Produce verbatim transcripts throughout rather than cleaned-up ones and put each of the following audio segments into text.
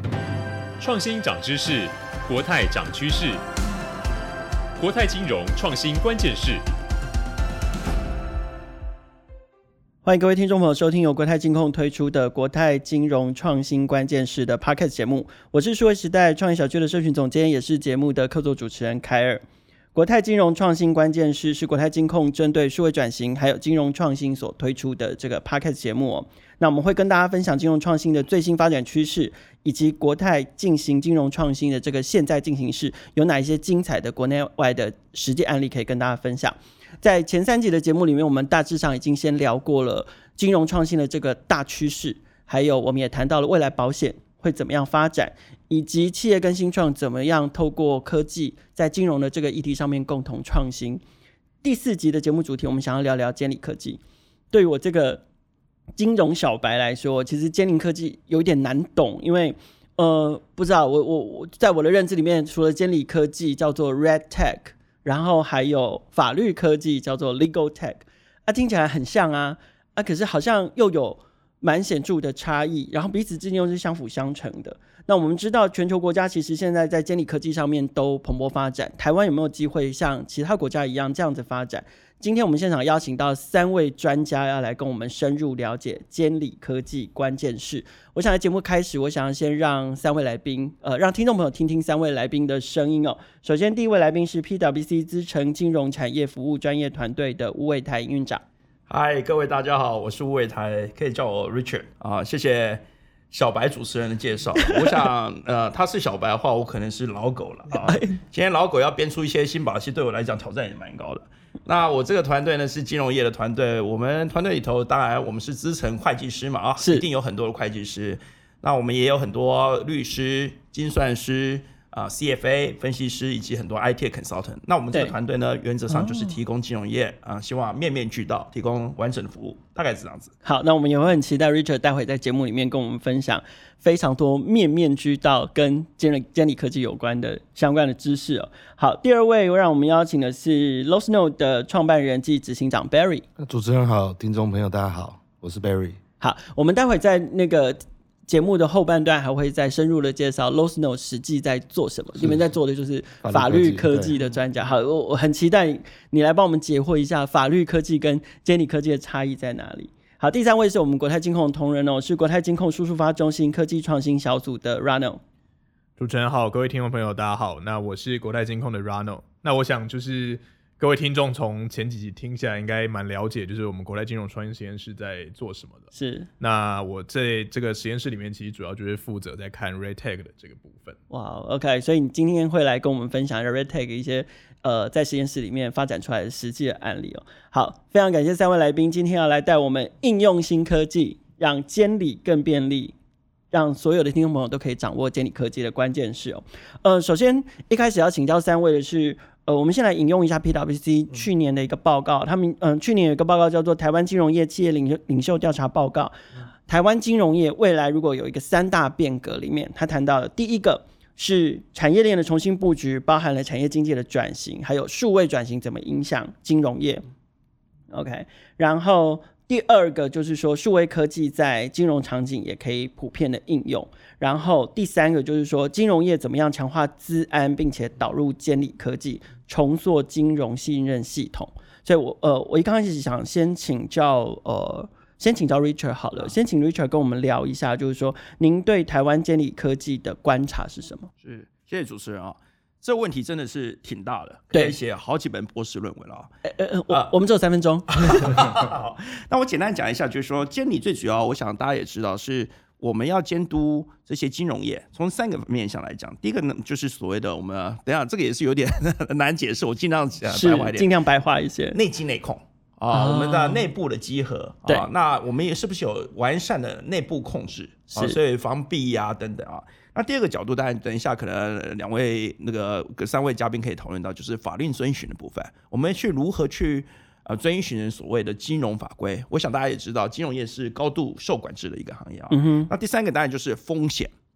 创新涨知识，国泰涨趋势。国泰金融创新关键势。 欢迎各位听众朋友收听由国泰金控推出的国泰金融创新关键势的 Podcast 节目，我是数位时代创业小聚的社群总监，也是节目的客座主持人凯尔。国泰金融创新关键势是国泰金控针对数位转型还有金融创新所推出的这个 Podcast 节目、哦、那我们会跟大家分享金融创新的最新发展趋势，以及国泰进行金融创新的这个现在进行式有哪一些精彩的国内外的实际案例可以跟大家分享。在前三集的节目里面，我们大致上已经先聊过了金融创新的这个大趋势，还有我们也谈到了未来保险会怎么样发展，以及企业跟新创怎么样透过科技在金融的这个议题上面共同创新。第四集的节目主题，我们想要聊聊监理科技。对于我这个金融小白来说，其实监理科技有点难懂，因为呃，不知道我我我在我的认知里面，除了监理科技叫做 Red Tech， 然后还有法律科技叫做 Legal Tech， 啊，听起来很像啊，啊，可是好像又有蛮显著的差异，然后彼此之间又是相辅相成的。那我们知道全球国家其实现在在监理科技上面都蓬勃发展，台湾有没有机会像其他国家一样这样子发展？今天我们现场邀请到三位专家要来跟我们深入了解监理科技关键势。我想在节目开始，我想要先让三位来宾呃，让听众朋友听听三位来宾的声音哦。首先第一位来宾是 P W C 资诚金融产业服务专业团队的吴伟台营运长。 嗨，各位大家好，我是吴伟台，可以叫我 Richard 啊，谢谢小白主持人的介绍。我想，呃，他是小白的话，我可能是老狗了啊。今天老狗要编出一些新把戏，对我来讲挑战也蛮高的。那我这个团队呢是金融业的团队，我们团队里头当然我们是资诚会计师嘛啊，一定有很多的会计师。那我们也有很多律师、精算师。Uh, C F A 分析师以及很多 I T consultant， 那我们这个团队呢，原则上就是提供金融业、哦呃、希望面面俱到，提供完整的服务，大概是这样子。 好，那我们也会很期待 Richard 待会在节目里面跟我们分享非常多面面俱到跟监理科技有关的相关的知识哦。好，第二位让我们邀请的是 Losno 的创办人暨执行长 Barry。 主持人好，听众朋友大家好，我是 Barry。 好，我们待会在那个节目的后半段还会再深入的介绍 Losno 实际在做什么，你们在做的就是法律科技的专家。好，我很期待你来帮我们解惑一下法律科技跟监理科技的差异在哪里。好，第三位是我们国泰金控的同仁哦，是国泰金控数数发中心科技创新小组的 Rano。 主持人好，各位听众朋友大家好，那我是国泰金控的 Rano。 那我想就是各位听众从前几集听下来应该蛮了解，就是我们国泰金融创新实验室在做什么的。 是， 那我在这个实验室里面其实主要就是负责在看 Red Tech 的这个部分。 哇、wow, OK， 所以你今天会来跟我们分享 Red Tech 一些呃在实验室里面发展出来的实际的案例哦。好，非常感谢三位来宾今天要来带我们应用新科技，让监理更便利，让所有的听众朋友都可以掌握监理科技的关键势哦。呃，首先一开始要请教三位的是。呃，我们先来引用一下 P W C 去年的一个报告，他们嗯、呃，去年有一个报告叫做《台湾金融业企业领袖领袖调查报告》。台湾金融业未来如果有一个三大变革，里面他谈到了第一个是产业链的重新布局，包含了产业经济的转型，还有数位转型怎么影响金融业。OK， 然后第二个就是说数位科技在金融场景也可以普遍的应用，然后第三个就是说金融业怎么样强化资安，并且导入监理科技，重塑金融信任系统。所以我呃，我一刚开始想先请教呃，先请教 Richard 好了，先请 Richard 跟我们聊一下，就是说您对台湾监理科技的观察是什么？ 是，谢谢主持人啊。这个问题真的是挺大的，可以写好几本博士论文了啊！ 呃呃，我、呃、我们只有三分钟。 好，那我简单讲一下，就是说监理最主要，我想大家也知道，是我们要监督这些金融业，从三个面向来讲。第一个呢，就是所谓的我们，等一下这个也是有点难解释，我尽量讲白话一点， 尽量白话一些， 内稽内控。啊、哦，我们的内部的稽核， 对、 啊，那我们也是不是有完善的内部控制？啊，所以防弊啊等等啊。那第二个角度，当然等一下可能两位那个三位嘉宾可以讨论到，就是法令遵循的部分，我们去如何去呃遵循所谓的金融法规。我想大家也知道，金融业是高度受管制的一个行业啊。嗯、那第三个当然就是风险。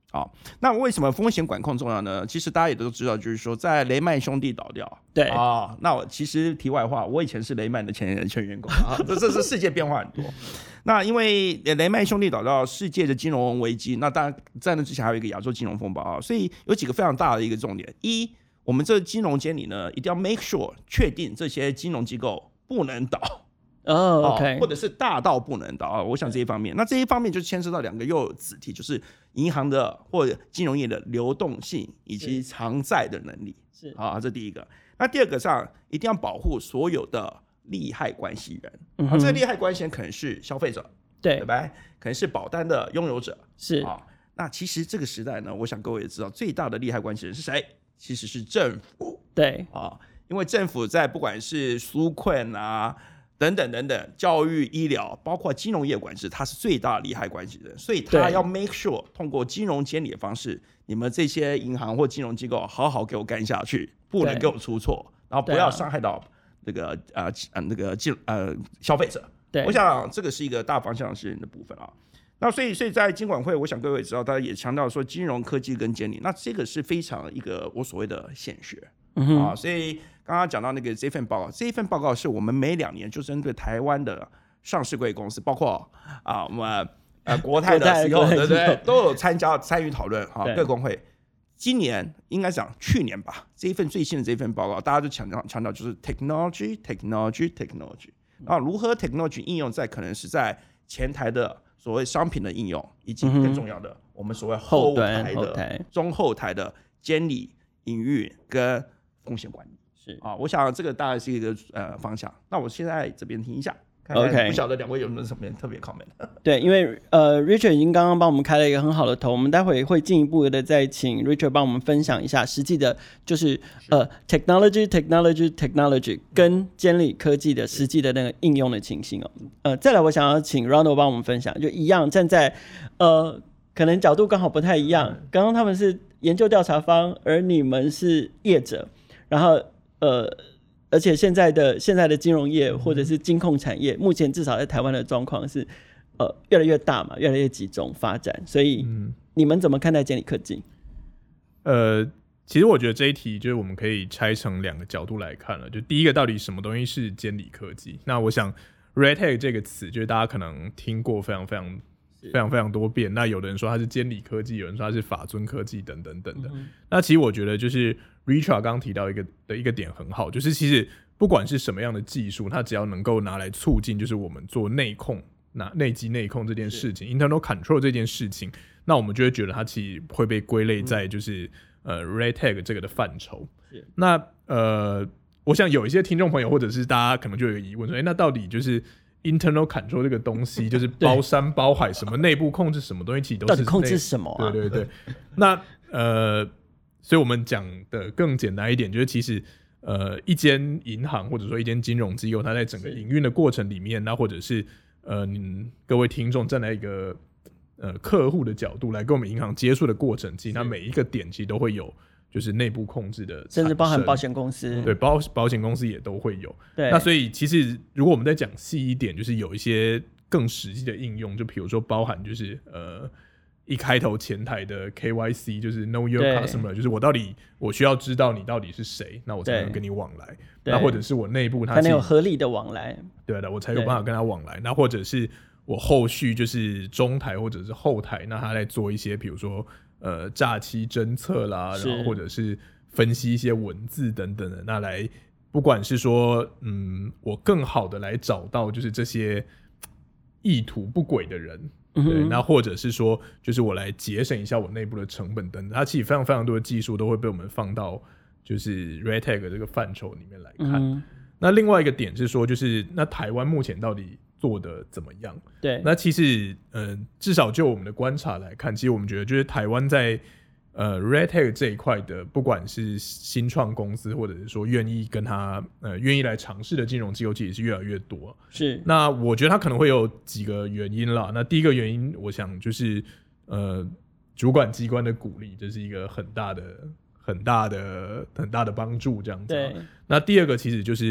好，那为什么风险管控重要呢？其实大家也都知道，就是说在雷曼兄弟倒掉， 对啊，那我其实题外话，我以前是雷曼的前前员工啊，这这是世界变化很多。那因为雷曼兄弟倒掉，世界的金融危机，那当然在那之前还有一个亚洲金融风暴啊，所以有几个非常大的一个重点：一，我们这金融监理呢，一定要 make sure 确定这些金融机构不能倒。 哦、oh, ，OK， 或者是大到不能倒，我想这一方面，那这一方面就牵涉到两个又有子题，就是银行的或者金融业的流动性以及偿债的能力， 是啊，这第一个。那第二个上一定要保护所有的利害关系人， 嗯、 啊，这个利害关系人可能是消费者， 对对吧？可能是保单的拥有者， 是啊。那其实这个时代呢，我想各位也知道，最大的利害关系人是谁？其实是政府， 对啊，因为政府在不管是纾困啊。等等等等，教育、医疗，包括金融业管制，它是最大的利害关系人，所以他要 make sure 通过金融监理的方式，你们这些银行或金融机构好好给我干下去，不能给我出错，然后不要伤害到那个呃呃那个金呃消费者。 对， 我想这个是一个大方向是的部分啊。那所以所以在金管会，我想各位也知道，大家也强调说金融科技跟监理，那这个是非常一个我所谓的显学。 嗯、 啊，所以刚刚讲到那个这份报告，这一份报告是我们每两年就针对台湾的上市柜公司，包括啊我们呃国泰的 C E O 对不对，都有参加参与讨论哈，各工会。今年应该讲去年吧，这一份最新的这一份报告，大家就强调强调就是 technology technology technology 啊，如何 technology 应用在可能是在前台的所谓商品的应用，以及更重要的、嗯、我们所谓后台的中后台的监理、营运跟风险管理是啊，我想这个大概是一个呃方向。那我现在这边听一下，看看 OK， 不晓得两位有没有什么特别 comment？ 对，因为呃 Richard 已经刚刚帮我们开了一个很好的头，我们待会会进一步的再请 Richard 帮我们分享一下实际的，就是呃 technology technology technology 跟监理科技的实际的那个应用的情形哦。呃，再来我想要请 Ronald 帮我们分享，就一样站在呃可能角度刚好不太一样，刚刚他们是研究调查方，而你们是业者。然后，呃，而且现在的现在的金融业或者是金控产业，目前至少在台湾的状况是，呃，越来越大嘛，越来越集中发展。所以，嗯、你们怎么看待监理科技？ 呃，其实我觉得这一题就是我们可以拆成两个角度来看了。就第一个，到底什么东西是监理科技？那我想 ，RegTech 这个词，就是大家可能听过非常非常。非常非常多遍，那有的人说它是监理科技，有人说它是法遵科技等等等的、嗯。那其实我觉得就是 Richard 刚刚提到一个的一个点很好，就是其实不管是什么样的技术，它只要能够拿来促进就是我们做内控、那内机内控这件事情 ，internal control 这件事情，那我们就会觉得它其实会被归类在就是、嗯、呃 RegTech 这个的范畴。那呃，我想有一些听众朋友或者是大家可能就有疑问说，哎，那到底就是internal control 这个东西，就是包山包海，什么内部控制什么东西，其实都是到底控制什么、啊？ 对对对。那呃，所以我们讲的更简单一点，就是其实呃，一间银行或者说一间金融机构，它在整个营运的过程里面，那或者是呃，你各位听众站在一个呃客户的角度来跟我们银行接触的过程，其实它每一个点其实都会有。就是内部控制的， 甚至包含保险公司， 对，保保险公司也都会有。 对， 那所以其实如果我们再讲细一点，就是有一些更实际的应用，就比如说包含就是呃一开头前台的 K Y C， 就是 Know Your Customer， 就是我到底我需要知道你到底是谁，那我才能跟你往来。那或者是我内部它才能有合理的往来， 对的，我才有办法跟他往来。那或者是我后续就是中台或者是后台，那他在做一些比如说。呃，诈欺侦测啦，然后或者是分析一些文字等等的，那来不管是说，嗯，我更好的来找到就是这些意图不轨的人，嗯、对，那或者是说，就是我来节省一下我内部的成本等等，它其实非常非常多的技术都会被我们放到就是 RegTech 这个范畴里面来看。嗯、那另外一个点是说，就是那台湾目前到底做的怎么样？ 对， 那其实，呃，至少就我们的观察来看，其实我们觉得，就是台湾在呃 RegTech 这一块的，不管是新创公司，或者是说愿意跟他呃愿意来尝试的金融机构，其实是越来越多。 是， 那我觉得它可能会有几个原因啦。那第一个原因，我想就是呃主管机关的鼓励，这是一个很大的、很大的、很大的帮助，这样子。 对。 那第二个其实就是。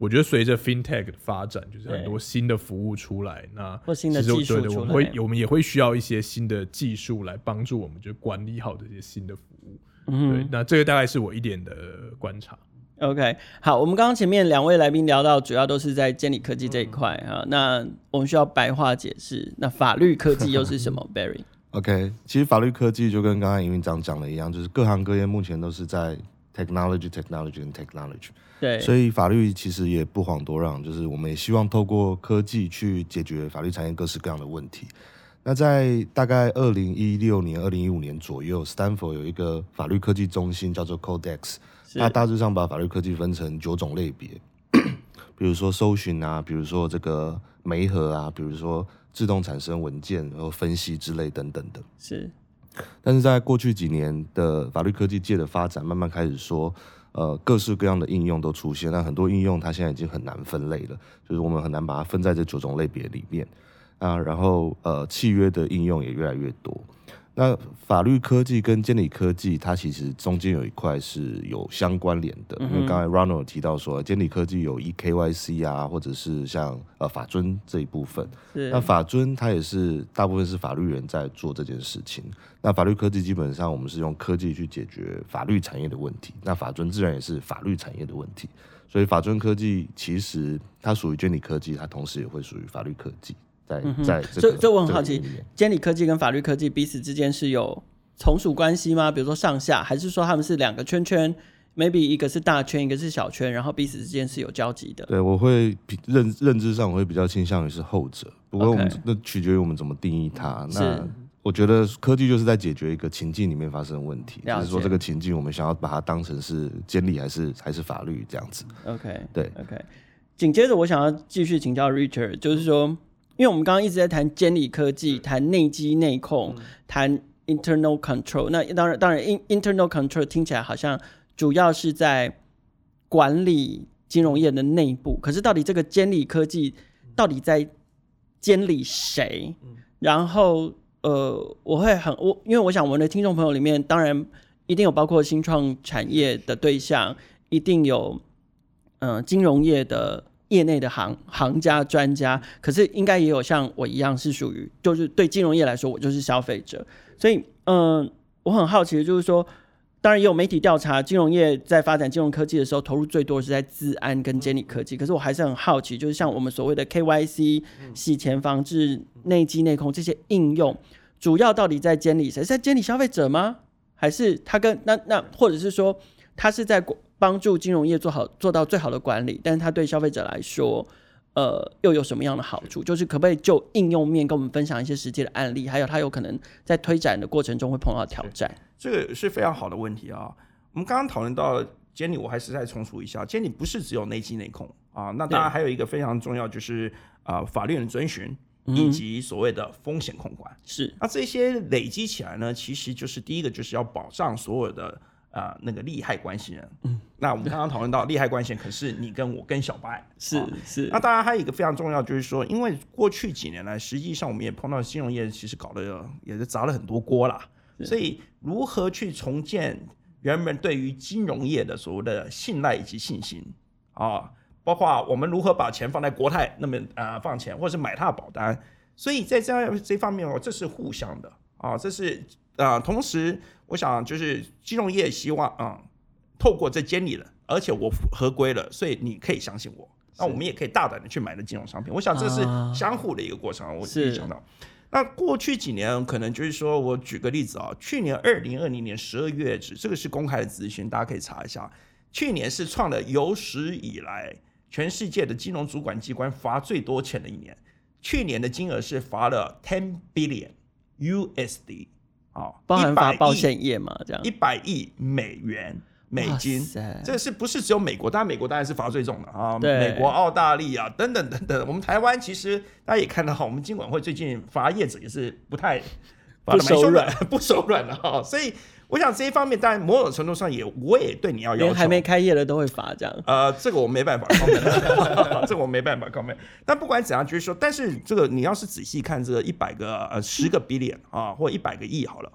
我觉得随着 FinTech 的发展，就是很多新的服务出来，那或新的技术出来， 对对，我们会我们也会需要一些新的技术来帮助我们，就管理好这些新的服务。嗯，对，那这个大概是我一点的观察。 OK， 好，我们刚刚前面两位来宾聊到，主要都是在监理科技这一块啊、嗯。那我们需要白话解释，那法律科技又是什么 ？Barry？OK， 其实法律科技就跟刚刚营运长讲的一样，就是各行各业目前都是在 technology, technology and technology。 对， 所以法律其实也不遑多让，就是我们也希望透过科技去解决法律产业各式各样的问题。那在大概二零一六年、二零一五年左右 ，Stanford 有一个法律科技中心叫做 Codex， 它大致上把法律科技分成九种类别，比如说搜寻啊，比如说这个媒合啊，比如说自动产生文件然后分析之类等等的。 是， 但是在过去几年的法律科技界的发展，慢慢开始说。呃，各式各样的应用都出现，那很多应用它现在已经很难分类了，就是我们很难把它分在这九种类别里面啊。然后呃，契约的应用也越来越多。那法律科技跟监理科技，它其实中间有一块是有相关联的，嗯、因为刚才 Ronald 有提到说，监理科技有 E K Y C 啊，或者是像呃法遵这一部分。那法遵它也是大部分是法律人在做这件事情。那法律科技基本上我们是用科技去解决法律产业的问题，那法遵自然也是法律产业的问题。所以法遵科技其实它属于监理科技，它同时也会属于法律科技。在在这个， 所以所以我很好奇，监理科技跟法律科技彼此之间是有从属关系吗？比如说上下，还是说他们是两个圈圈 ？maybe 一个是大圈，一个是小圈，然后彼此之间是有交集的。 对，我会认认知上我会比较倾向于是后者，不过我们、okay. 那取决于我们怎么定义它。那我觉得科技就是在解决一个情境里面发生的问题，就是说这个情境我们想要把它当成是监理还是还是法律这样子。 OK， 对 ，OK。紧接着我想要继续请教 Richard， 就是说。因为我们刚刚一直在谈监理科技，谈内机内控，谈 internal control。那当然，当然 internal control 听起来好像主要是在管理金融业的内部，可是到底这个监理科技到底在监理谁？然后呃，我会很我，因为我想我们的听众朋友里面，当然一定有包括新创产业的对象，一定有嗯、呃、金融业的。业内的行行家专家，可是应该也有像我一样是属于，就是对金融业来说，我就是消费者，所以嗯、呃，我很好奇的就是说，当然也有媒体调查，金融业在发展金融科技的时候，投入最多的是在资安跟监理科技，可是我还是很好奇，就是像我们所谓的 K Y C、洗钱防治、内机内控这些应用，主要到底在监理谁？是在监理消费者吗？还是他跟那那，或者是说他是在帮助金融业做好做到最好的管理，但是它对消费者来说，呃，又有什么样的好处？就是可不可以就应用面跟我们分享一些实际的案例，还有它有可能在推展的过程中会碰到挑战？ 这个是非常好的问题啊！我们刚刚讨论到监理，我还是再重述一下，监理不是只有内机内控啊，那当然还有一个非常重要，就是啊、呃、法律人遵循以及所谓的风险控管。 是、嗯， 那这些累积起来呢，其实就是第一个就是要保障所有的。啊、呃，那个利害关系人，嗯，那我们刚刚讨论到利害关系人，可是你跟我跟小白是、啊、是。 那当然还有一个非常重要，就是说，因为过去几年来，实际上我们也碰到金融业其实搞得也是砸了很多锅啦，所以如何去重建人们对于金融业的所谓的信赖以及信心啊，包括我们如何把钱放在国泰那么啊、呃、放钱，或是买他的保单，所以在这样这方面哦，这是互相的啊，这是啊、呃，同时。我想就是金融业希望啊、嗯，透过这监理了，而且我合规了，所以你可以相信我，那我们也可以大胆的去买的金融商品。我想这是相互的一个过程。啊、我自己想到，那过去几年可能就是说我举个例子啊，去年二零二零年十二月止，这个是公开的资讯，大家可以查一下。去年是创了有史以来全世界的金融主管机关罚最多钱的一年，去年的金额是罚了十 billion U S D。哦、 包含罚保险业嘛，这样一百亿美元美金，这是不是只有美国？当然美国当然是罚最重的啊，美国、澳大利亚等等等等。我们台湾其实大家也看到，我们金管会最近罚业者也是不太不手软， 不手软的哈。所以我想这一方面，当然某种程度上也我也对你要要求， 连还没开业的都会罚这样。 呃，这个我没办法 comment， 这个我没办法 comment。但不管怎样，就是说，但是这个你要是仔细看这个一百个呃十个 billion 啊，或一百个亿好了，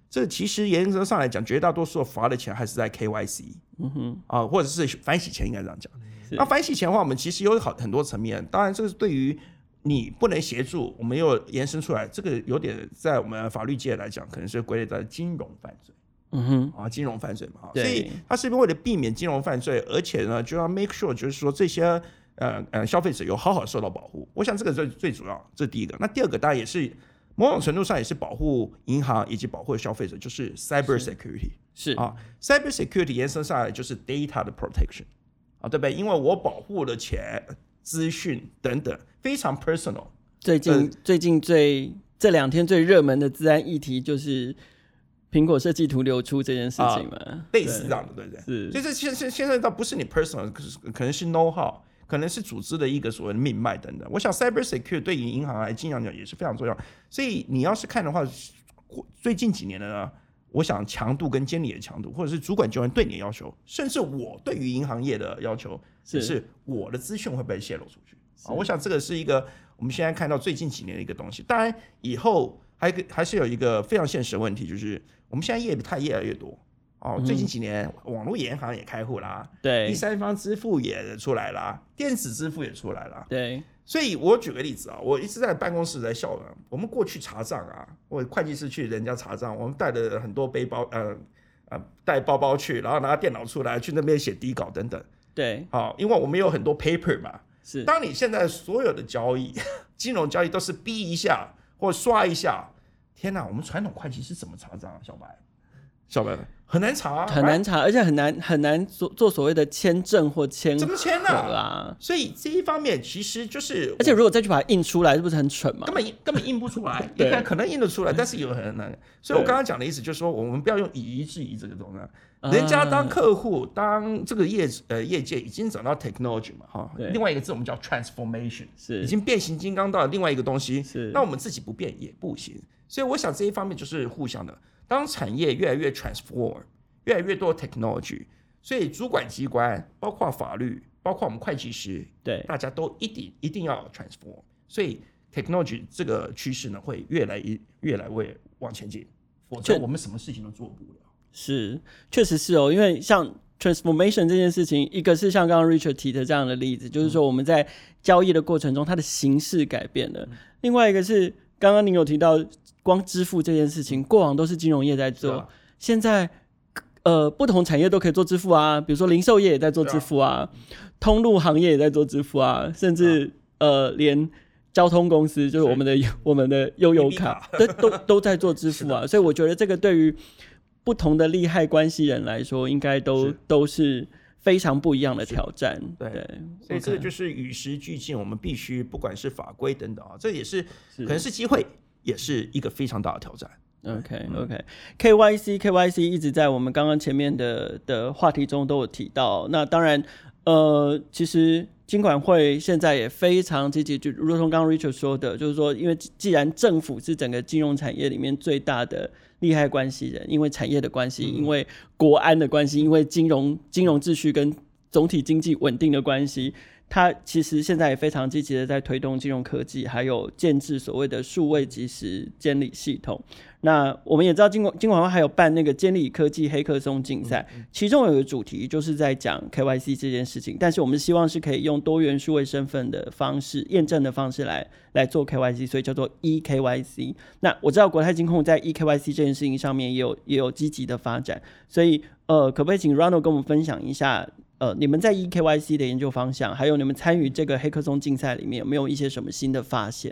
这其实原则上来讲，绝大多数罚的钱还是在 K Y C， 嗯哼， 啊，或者是反洗钱，应该这样讲。那反洗钱的话，我们其实有好很多层面。当然，这是对于你不能协助，我们又延伸出来，这个有点在我们法律界来讲，可能是归类在金融犯罪。 嗯哼， 啊，金融犯罪嘛，所以他是为了避免金融犯罪，而且呢，就要 make sure 就是说这些呃呃消费者有好好受到保护。我想这个最最主要，这是第一个。那第二个当然也是某种程度上也是保护银行以及保护消费者，就是 cyber security 是啊 ，cyber security 延伸上来就是 data 的 protection 啊，对不对？因为我保护的钱、资讯等等非常 personal。 最近、呃、最近最这两天最热门的资安议题就是苹果设计图流出这件事情嘛，啊、 类似这样的，对不对？是，所以这现现现在倒不是你 personal， 可能是 know how， 可能是组织的一个所谓的命脉等等。我想 cyber security 对于银行来经常讲也是非常重要。所以你要是看的话，最近几年的呢，我想强度跟监理的强度，或者是主管机关对你的要求，甚至我对于银行业的要求，是, 是我的资讯会被泄露出去。啊，我想这个是一个我们现在看到最近几年的一个东西。当然，以后还还是有一个非常现实的问题，就是我们现在业态越来越多。哦，最近几年、嗯、网络银行也开户啦， 对， 第三方支付也出来啦，电子支付也出来啦， 对。 所以我举个例子啊，我一直在办公室在笑啊，我们过去查账啊，我会计师去人家查账，我们带了很多背包，呃呃，带包包去，然后拿电脑出来去那边写底稿等等。 对， 好，因为我们有很多 paper 嘛。 是， 当你现在所有的交易，金融交易都是逼一下或刷一下，天哪，我们传统会计是怎么查账啊？小白，小白很难查、啊， 很难查，而且很难很难做做所谓的签证或签合， 怎么签呢、啊？所以这一方面其实就是， 而且如果再去把它印出来，是不是很蠢嘛？ 根本根本印不出来，对，可能印得出来，但是有很难。所以我刚刚讲的意思就是说，我们不要用以夷制夷这个东西。人家当客户，当这个业呃业界已经走到 technology 嘛，哈，另外一个字我们叫 transformation， 是已经变形金刚到了另外一个东西，是那我们自己不变也不行。所以我想这一方面就是互相的。当产业越来越 transform， 越来越多 technology， 所以主管机关包括法律，包括我们会计师，对，大家都一定一定要 transform。所以 technology 这个趋势呢，会越来越越来越往前进，否则我们什么事情都做不了。 是，确实是哦，因为像 transformation 这件事情，一个是像刚刚 Richard 提的这样的例子，就是说我们在交易的过程中，它的形式改变了；嗯、另外一个是刚刚您有提到，光支付这件事情，过往都是金融业在做，现在呃不同产业都可以做支付啊，比如说零售业也在做支付啊，啊通路行业也在做支付啊，甚至、啊、呃连交通公司就是我们的我们的悠游卡都都都在做支付啊，所以我觉得这个对于不同的利害关系人来说，应该都是都是非常不一样的挑战。对，对， 所以这个就是与时俱进，我们必须不管是法规等等啊，这也是可能是机会，也是一个非常大的挑战。 OK OK，K Y C K Y C 一直在我们刚刚前面的的话题中都有提到。那当然，呃，其实金管会现在也非常积极，就如同刚刚 Richard 说的，就是说，因为既然政府是整个金融产业里面最大的利害关系人，因为产业的关系，因为国安的关系，因为金融金融秩序跟总体经济稳定的关系，它其实现在也非常积极的在推动金融科技，还有建制所谓的数位即时监理系统。那我们也知道金管金管会还有办那个监理科技黑客松竞赛，其中有一个主题就是在讲 K Y C 这件事情，但是我们希望是可以用多元数位身份的方式验证的方式来来做 K Y C， 所以叫做 E K Y C。 那我知道国泰金控在 E K Y C 这件事情上面也有也有积极的发展，所以呃，可不可以请 Ronald 跟我们分享一下呃，你们在 E K Y C 的研究方向，还有你们参与这个黑客松竞赛里面有没有一些什么新的发现？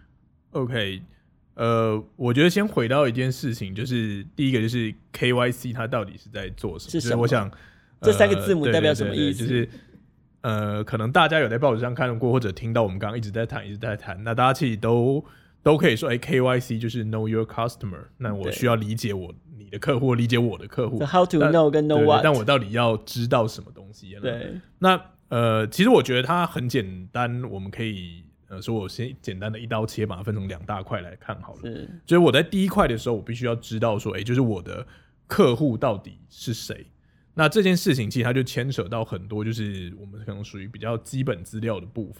OK， 呃，我觉得先回到一件事情，就是第一个就是 K Y C 它到底是在做什么？ 是什么？ 就是我想、 呃、这三个字母代表什么意思？ 对对对对，就是呃，可能大家有在报纸上看过，或者听到我们刚刚一直在谈，一直在谈，那大家其实都都可以说，哎 ，K Y C 就是 Know Your Customer， 那我需要理解我你的客户，理解我的客户。 So how to know 跟 know what， 但我到底要知道什么东西？ 对， 那呃，其实我觉得它很简单，我们可以呃说，我先简单的一刀切，把它分成两大块来看好了。是，所以我在第一块的时候，我必须要知道说，哎、欸，就是我的客户到底是谁。那这件事情其实它就牵扯到很多，就是我们可能属于比较基本资料的部分。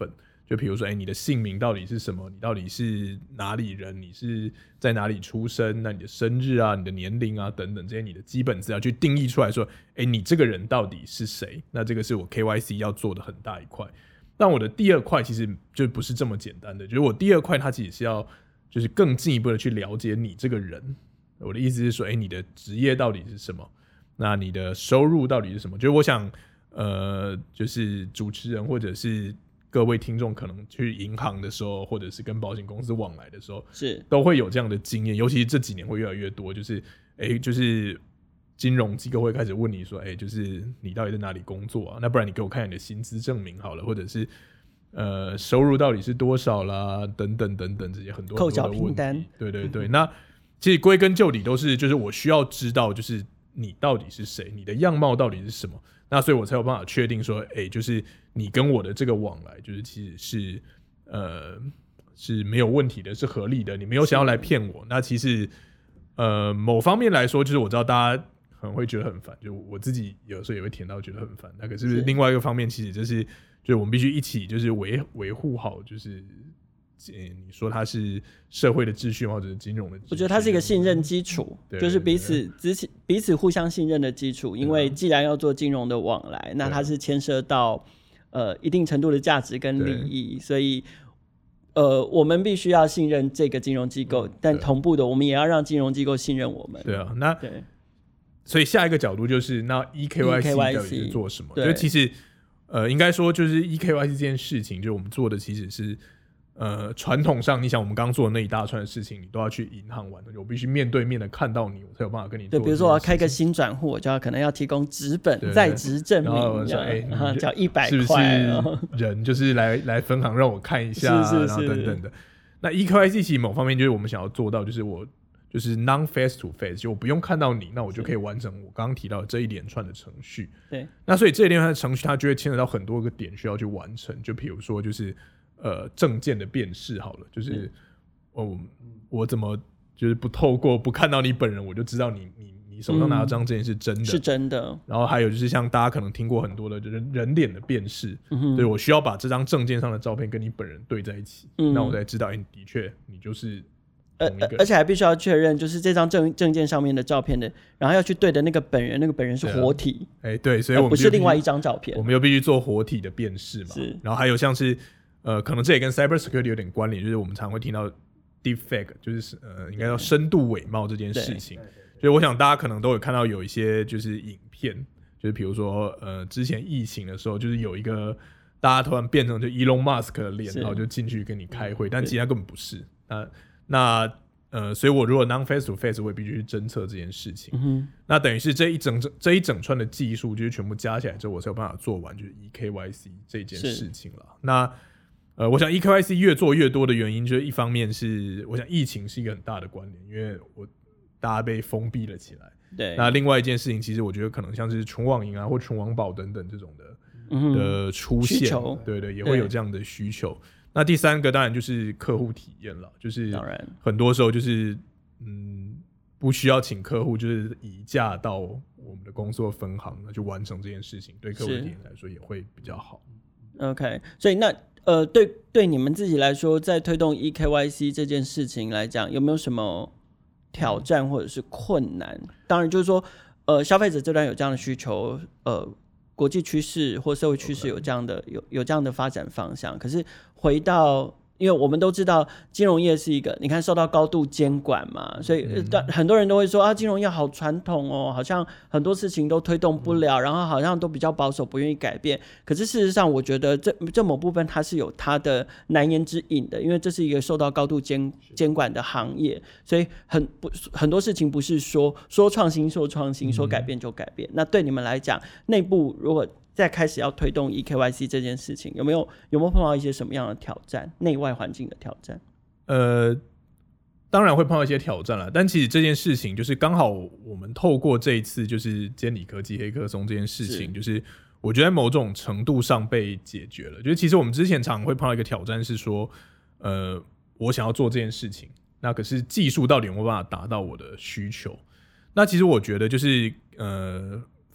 就比如说，哎、欸，你的姓名到底是什么？你到底是哪里人？你是在哪里出生？那你的生日啊、你的年龄啊等等这些你的基本资料，去定义出来说，哎、欸，你这个人到底是谁？那这个是我 K Y C 要做的很大一块。但我的第二块其实就不是这么简单的，就是我第二块它其实是要就是更进一步的去了解你这个人。我的意思是说，哎、欸，你的职业到底是什么？那你的收入到底是什么？就是我想，呃，就是主持人或者是各位听众可能去银行的时候，或者是跟保险公司往来的时候， 是都会有这样的经验，尤其是这几年会越来越多，就是哎、欸，就是金融机构会开始问你说，哎、欸，就是你到底在哪里工作啊？那不然你给我看你的薪资证明好了，或者是呃收入到底是多少啦，等等等等这些很多扣缴凭单， 对对对。那其实归根究底都是，就是我需要知道，就是你到底是谁，你的样貌到底是什么。那所以我才有办法确定说，哎、欸，就是你跟我的这个往来，就是其实是呃是没有问题的，是合理的，你没有想要来骗我。那其实呃某方面来说，就是我知道大家可能会觉得很烦，就我自己有时候也会甜到觉得很烦。那可是另外一个方面，其实就是就是我们必须一起就是维维护好，就是你说它是社会的秩序或者是金融的秩序， 我觉得它是一个信任基础，就是彼此彼此互相信任的基础。因为既然要做金融的往来，那它是牵涉到呃一定程度的价值跟利益，所以呃我们必须要信任这个金融机构，但同步的我们也要让金融机构信任我们。 对啊，那对，所以下一个角度就是那 E K Y C 到底是做什么？就其实呃应该说就是 E K Y C 这件事情，就是我们做的其实是。呃，传统上，你想我们刚刚做的那一大串的事情，你都要去银行玩的，我必须面对面的看到你，我才有办法跟你做。 对，比如说我要开个新转户，我就要可能要提供纸本在职证明，这样，欸、然后交一百块， 是不是人就是来来分行让我看一下， 是是是然后等等的。那 E K Y C 其实某方面就是我们想要做到，就是我就是 non face to face， 就我不用看到你，那我就可以完成我刚刚提到的这一连串的程序。 对， 那所以这一连串的程序它就会牵扯到很多个点需要去完成，就比如说就是。呃，证件的辨识好了，就是、嗯哦、我怎么就是不透过不看到你本人，我就知道你你你手上拿的这张证件是真的、嗯， 是真的。 然后还有就是像大家可能听过很多的人人脸的辨识，嗯、对我需要把这张证件上的照片跟你本人对在一起，嗯、那我才知道，哎、欸，的确你就是同一个人。 而且还必须要确认，就是这张证证件上面的照片的，然后要去对的那个本人，那个本人是活体， 哎、啊欸，对，所以我们不是另外一张照片， 我们又必须做活体的辨识嘛。是，然后还有像是。呃，可能这也跟 cybersecurity 有点关联，就是我们常会听到 deepfake， 就是呃，应该叫深度伪貌这件事情。所以我想大家可能都有看到有一些就是影片，就是比如说呃，之前疫情的时候，就是有一个大家突然变成就 Elon Musk 的脸，然后就进去跟你开会，但其实他根本不是。那那呃，所以我如果 non face to face， 我也必须去侦测这件事情。嗯、那等于是这一整这一整串的技术，就是全部加起来之后，我才有办法做完就是 E K Y C 这件事情了。那呃，我想 E K Y C 越做越多的原因，就是一方面是我想疫情是一个很大的关联，因为我大家被封闭了起来。 对。 那另外一件事情，其实我觉得可能像是纯网银啊或纯网宝等等这种的、嗯、的出现，对对，也会有这样的需求。那第三个当然就是客户体验了，就是当然很多时候就是嗯不需要请客户，就是移驾到我们的工作分行去完成这件事情，对客户体验来说也会比较好。 OK， 所以那。呃，对对，你们自己来说，在推动 E K Y C 这件事情来讲，有没有什么挑战或者是困难？当然，就是说，呃，消费者这端有这样的需求，呃，国际趋势或社会趋势有这样的有有这样的发展方向。可是回到，因为我们都知道，金融业是一个，你看受到高度监管嘛，所以、嗯、很多人都会说啊，金融业好传统哦，好像很多事情都推动不了，然后好像都比较保守，不愿意改变。可是事实上，我觉得这这某部分它是有它的难言之隐的，因为这是一个受到高度监监管的行业，所以很不很多事情不是说说创新说创新，说改变就改变。嗯、那对你们来讲，内部如果再开始要推动 E K Y C 这件事情，有没有有没有碰到一些什么样的挑战？内外环境的挑战？ 呃，当然会碰到一些挑战啦，但其实这件事情就是刚好我们透过这一次就是监理科技黑客松这件事情，是就是我觉得在某种程度上被解决了。就是其实我们之前常会碰到一个挑战是说，呃，我想要做这件事情，那可是技术到底有没有办法达到我的需求？那其实我觉得就是呃。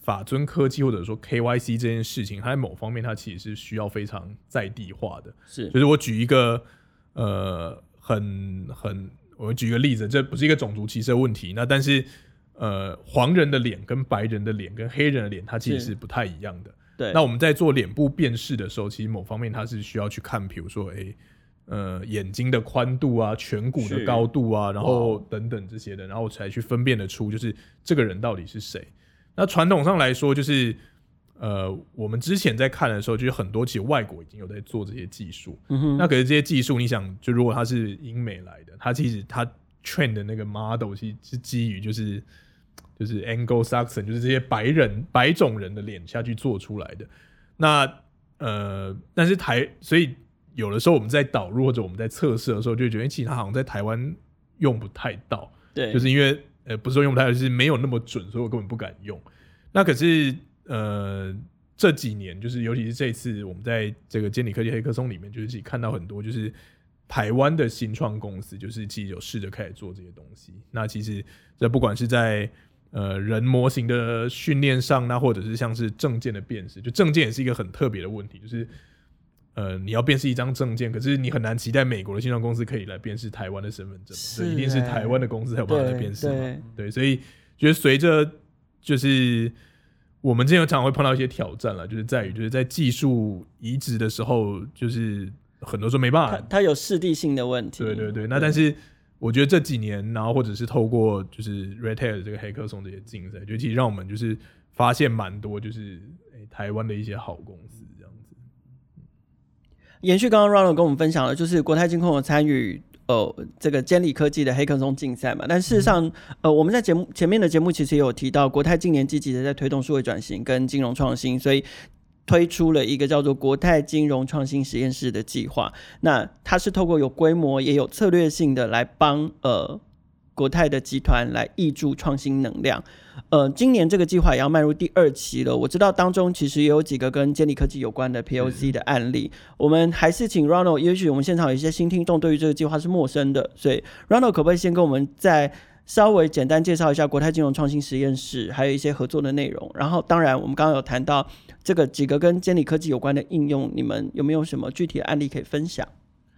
法遵科技或者说 K Y C 这件事情，它在某方面它其实是需要非常在地化的。 是， 就是我举一个呃很很，我举一个例子，这不是一个种族歧视的问题，那但是呃黄人的脸跟白人的脸跟黑人的脸，它其实是不太一样的。 对， 那我们在做脸部辨识的时候，其实某方面它是需要去看，比如说，哎，呃，眼睛的宽度啊，颧骨的高度啊，然后等等这些的，然后才去分辨得出，就是这个人到底是谁。那传统上来说，就是呃，我们之前在看的时候，就是很多其实外国已经有在做这些技术。嗯哼。那可是这些技术，你想，就如果他是英美来的，他其实他 train 的那个 model 其实是基于就是。就是 Anglo-Saxon， 就是这些白人白种人的脸下去做出来的。那呃，但是台，所以有的时候我们在导入或者我们在测试的时候，就会觉得其实它好像在台湾用不太到。 对， 就是因为呃，不是说用不太到，就是没有那么准，所以我根本不敢用。那可是呃，这几年就是尤其是这一次我们在这个监理科技黑客松里面，就是其实看到很多就是台湾的新创公司，就是其实有试着开始做这些东西。那其实这不管是在呃，人模型的训练上，那或者是像是证件的辨识，就证件也是一个很特别的问题，就是呃，你要辨识一张证件，可是你很难期待美国的新创公司可以来辨识台湾的身份证，所以一定是台湾的公司才有办法来辨识嘛。对，对，所以觉得随着就是我们之前常常会碰到一些挑战啦，就是在于就是在技术移植的时候，就是很多时候没办法， 它, 它有适地性的问题。 对对对，那但是。我觉得这几年，然后或者是透过就是 Red Hat 这个黑客松这些竞赛，就其实让我们就是发现蛮多就是、欸、台湾的一些好公司这样子。 延续刚刚 Ronald 跟我们分享的，就是国泰金控有参与呃这个监理科技的黑客松竞赛嘛，但事实上、嗯、呃我们在节目前面的节目其实也有提到，国泰今年积极的在推动数位转型跟金融创新，所以。推出了一个叫做国泰金融创新实验室的计划，那它是透过有规模也有策略性的来帮呃国泰的集团来挹注创新能量。呃，今年这个计划也要迈入第二期了。我知道当中其实也有几个跟监理科技有关的 P O C 的案例。我们还是请 Ronald， 也许我们现场有一些新听众对于这个计划是陌生的，所以 Ronald 可不可以先跟我们再稍微简单介绍一下国泰金融创新实验室，还有一些合作的内容。然后，当然我们刚刚有谈到这个几个跟监理科技有关的应用，你们有没有什么具体的案例可以分享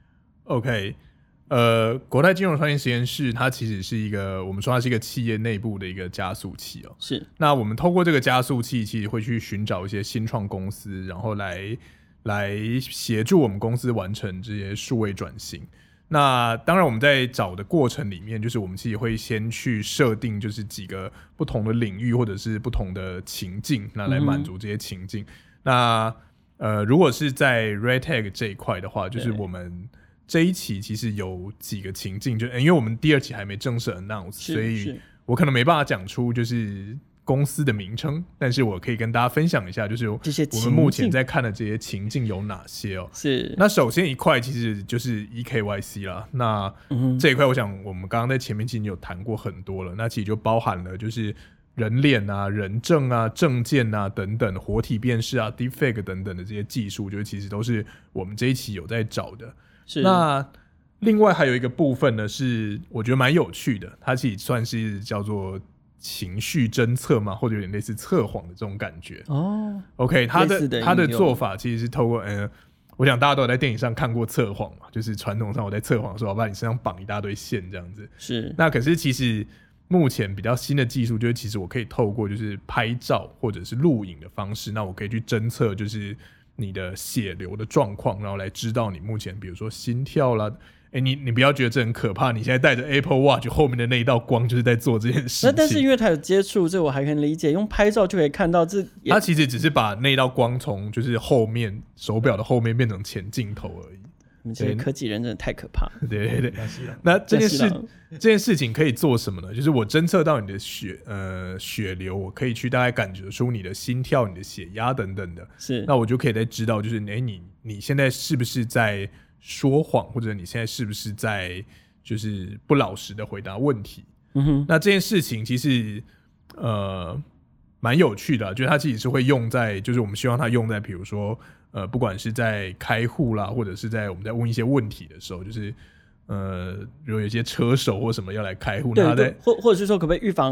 ？OK， 呃，国泰金融创新实验室它其实是一个，我们说它是一个企业内部的一个加速器哦。 是。那我们透过这个加速器，其实会去寻找一些新创公司，然后来来协助我们公司完成这些数位转型。那当然我们在找的过程里面，就是我们其实会先去设定就是几个不同的领域或者是不同的情境，那来满足这些情境。嗯、那呃，如果是在 Red Tag 这一块的话，就是我们这一期其实有几个情境，就因为我们第二期还没正式 announce， 所以我可能没办法讲出就是公司的名称，但是我可以跟大家分享一下，就是我们目前在看的这些情境有哪些哦。 是。 那首先一块其实就是 E K Y C 啦，那这一块我想我们刚刚在前面其实有谈过很多了，那其实就包含了就是人脸啊、人证啊、证件啊等等，活体辨识啊、Deepfake 等等的这些技术，就是其实都是我们这一期有在找的。 是。 那另外还有一个部分呢，是我觉得蛮有趣的，它其实算是叫做情绪侦测嘛，或者有点类似测谎的这种感觉哦。 OK， 他的他的做法其实是透过呃，我想大家都有在电影上看过测谎嘛，就是传统上我在测谎的时候，我把你身上绑一大堆线这样子。 是。 那可是其实目前比较新的技术，就是其实我可以透过就是拍照或者是录影的方式，那我可以去侦测就是你的血流的状况，然后来知道你目前比如说心跳啦。哎、欸，你你不要觉得这很可怕，你现在带着 Apple Watch 后面的那一道光就是在做这件事情。 那但是因为它有接触，这我还可以理解，用拍照就可以看到这。 它其实只是把那道光从就是后面手表的后面变成前镜头而已。 你们这些科技人真的太可怕了。 对对对。那这件事这件事情可以做什么呢？就是我侦测到你的血呃血流，我可以去大概感觉出你的心跳、你的血压等等的。 是。那我就可以再知道，就是哎、欸、你你现在是不是在说谎，或者你现在是不是在就是不老实的回答问题？ 嗯哼， 那这件事情其实呃蛮有趣的、啊，就是它其实是会用在，就是我们希望它用在，比如说呃，不管是在开户啦，或者是在我们在问一些问题的时候，就是呃，如果有一些车手或什么要来开户，那他在或或者是说可不可以预防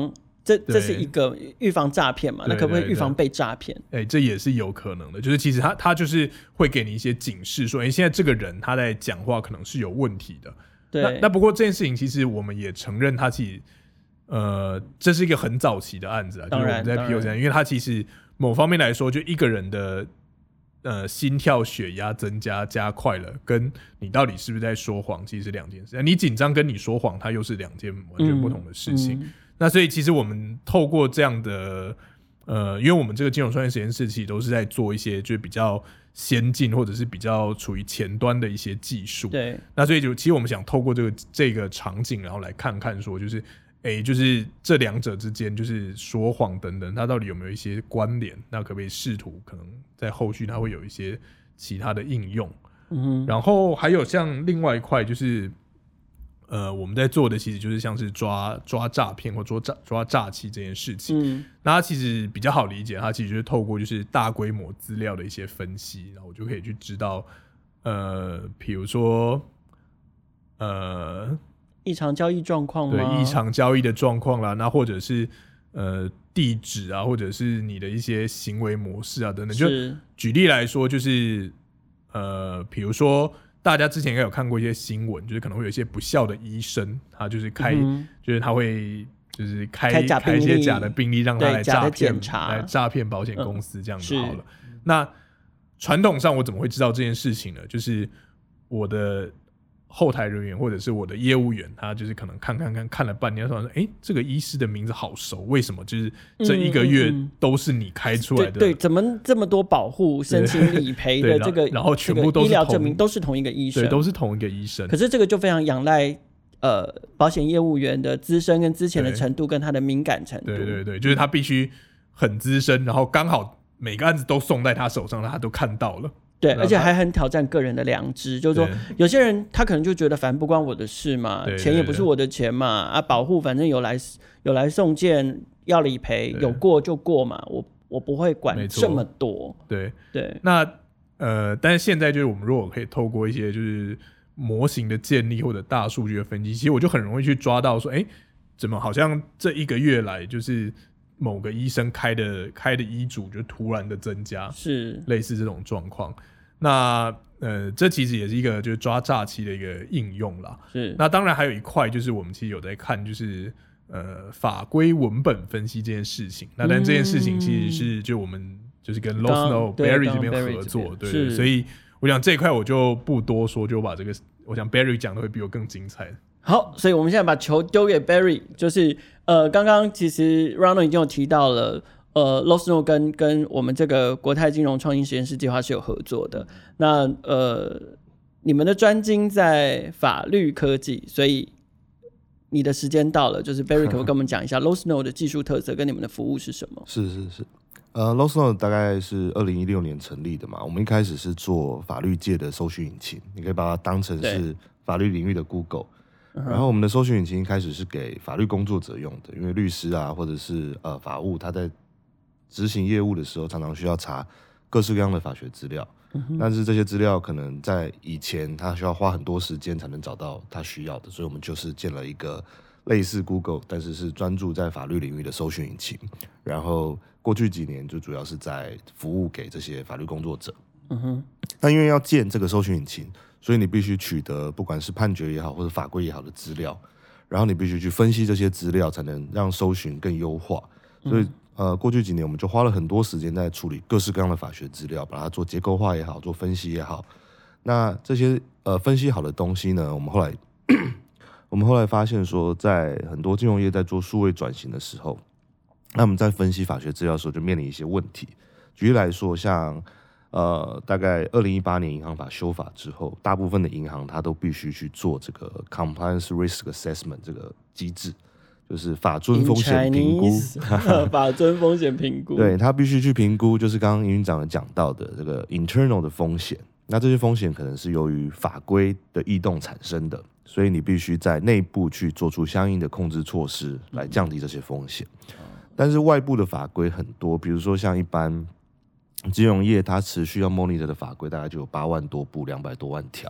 这这是一个预防诈骗嘛？那可不可以预防被诈骗？ 哎、欸，这也是有可能的。就是其实他他就是会给你一些警示，说，哎、欸，现在这个人他在讲话可能是有问题的。 对， 那那不过这件事情其实我们也承认，他其实呃，这是一个很早期的案子啊，就是我们在 P O C， 因为他其实某方面来说，就一个人的呃心跳、血压增加加快了，跟你到底是不是在说谎，其实是两件事。你紧张跟你说谎，它又是两件完全不同的事情。嗯嗯，那所以其实我们透过这样的呃，因为我们这个金融创业实验室其实都是在做一些就是比较先进或者是比较处于前端的一些技术。 对， 那所以就其实我们想透过这个这个场景，然后来看看说，就是哎，就是这两者之间，就是说谎等等，它到底有没有一些关联？那可不可以试图可能在后续它会有一些其他的应用？嗯，然后还有像另外一块就是。呃，我们在做的其实就是像是抓抓诈骗或抓诈抓诈欺这件事情。嗯，那它其实比较好理解，它其实就是透过就是大规模资料的一些分析，然后我就可以去知道，呃，比如说，呃， 异常交易状况吗？ 对，异常交易的状况啦，那或者是呃地址啊，或者是你的一些行为模式啊等等。就举例来说，就是呃，比如说。大家之前应该有看过一些新闻，就是可能会有一些不孝的医生，他就是开，嗯、就是他会就是开开, 开一些假的病历，让他来诈骗， 来诈骗保险公司这样子好了。嗯、那传统上我怎么会知道这件事情呢？就是我的后台人员或者是我的业务员，他就是可能看看看看了半天，说：“哎、欸，这个医师的名字好熟，为什么就是这一个月都是你开出来的？” 嗯、对, 对，怎么这么多保护、申请理赔的这个， 然后全部都是医疗证明都是同一个医生， 对，都是同一个医生。 可是这个就非常仰赖呃保险业务员的资深跟之前的程度跟他的敏感程度。 对对对，就是他必须很资深，然后刚好每个案子都送在他手上，他都看到了。 对，而且还很挑战个人的良知，就是说，有些人他可能就觉得反正不关我的事嘛， 对对对， 钱也不是我的钱嘛，啊，保护反正有来有来送件要理赔，有过就过嘛，我我不会管这么多。 对对， 那呃，但是现在就是我们如果可以透过一些就是模型的建立或者大数据的分析，其实我就很容易去抓到说，哎，怎么好像这一个月来就是某个医生开的开的医嘱就突然的增加， 是类似这种状况。那呃，这其实也是一个就是抓诈欺的一个应用啦。 是。 那当然还有一块就是我们其实有在看，就是呃法规文本分析这件事情。那但这件事情其实是就我们就是跟 Losno、Barry 这边合作，对 对, 对，所以我想这一块我就不多说，就把这个我想 Barry 讲的会比我更精彩。 好，所以我们现在把球丢给 Barry， 就是呃，刚刚其实 Ronald 已经有提到了。呃 Losno 跟跟我们这个国泰金融创新实验室计划是有合作的。那呃，你们的专精在法律科技，所以你的时间到了，就是 Barry 可不可以跟我们讲一下 Losno 的技术特色跟你们的服务是什么？ 是是是，呃 Losno 大概是二零一六年成立的嘛，我们一开始是做法律界的搜寻引擎，你可以把它当成是法律领域的 Google。然后我们的搜寻引擎一开始是给法律工作者用的，因为律师啊或者是呃法务他在执行业务的时候常常需要查各式各样的法学资料、嗯、但是这些资料可能在以前他需要花很多时间才能找到他需要的，所以我们就是建了一个类似 Google 但是是专注在法律领域的搜寻引擎，然后过去几年就主要是在服务给这些法律工作者。嗯哼，那因为要建这个搜寻引擎，所以你必须取得不管是判决也好或者法规也好的资料，然后你必须去分析这些资料才能让搜寻更优化。所以、嗯呃，过去几年我们就花了很多时间在处理各式各样的法学资料，把它做结构化也好，做分析也好。那这些呃分析好的东西呢，我们后来我们后来发现说，在很多金融业在做数位转型的时候，那我们在分析法学资料的时候就面临一些问题。举例来说，像呃大概二零一八年银行法修法之后，大部分的银行它都必须去做这个 compliance risk assessment 这个机制。就是法遵风险评估， 法遵风险评估， 对，他必须去评估，就是刚刚营运长有讲到的这个 internal 的风险。那这些风险可能是由于法规的异动产生的，所以你必须在内部去做出相应的控制措施来降低这些风险。但是外部的法规很多，比如说像一般金融业，它持续要 monitor 的法规大概就有八万多部，两百多万条。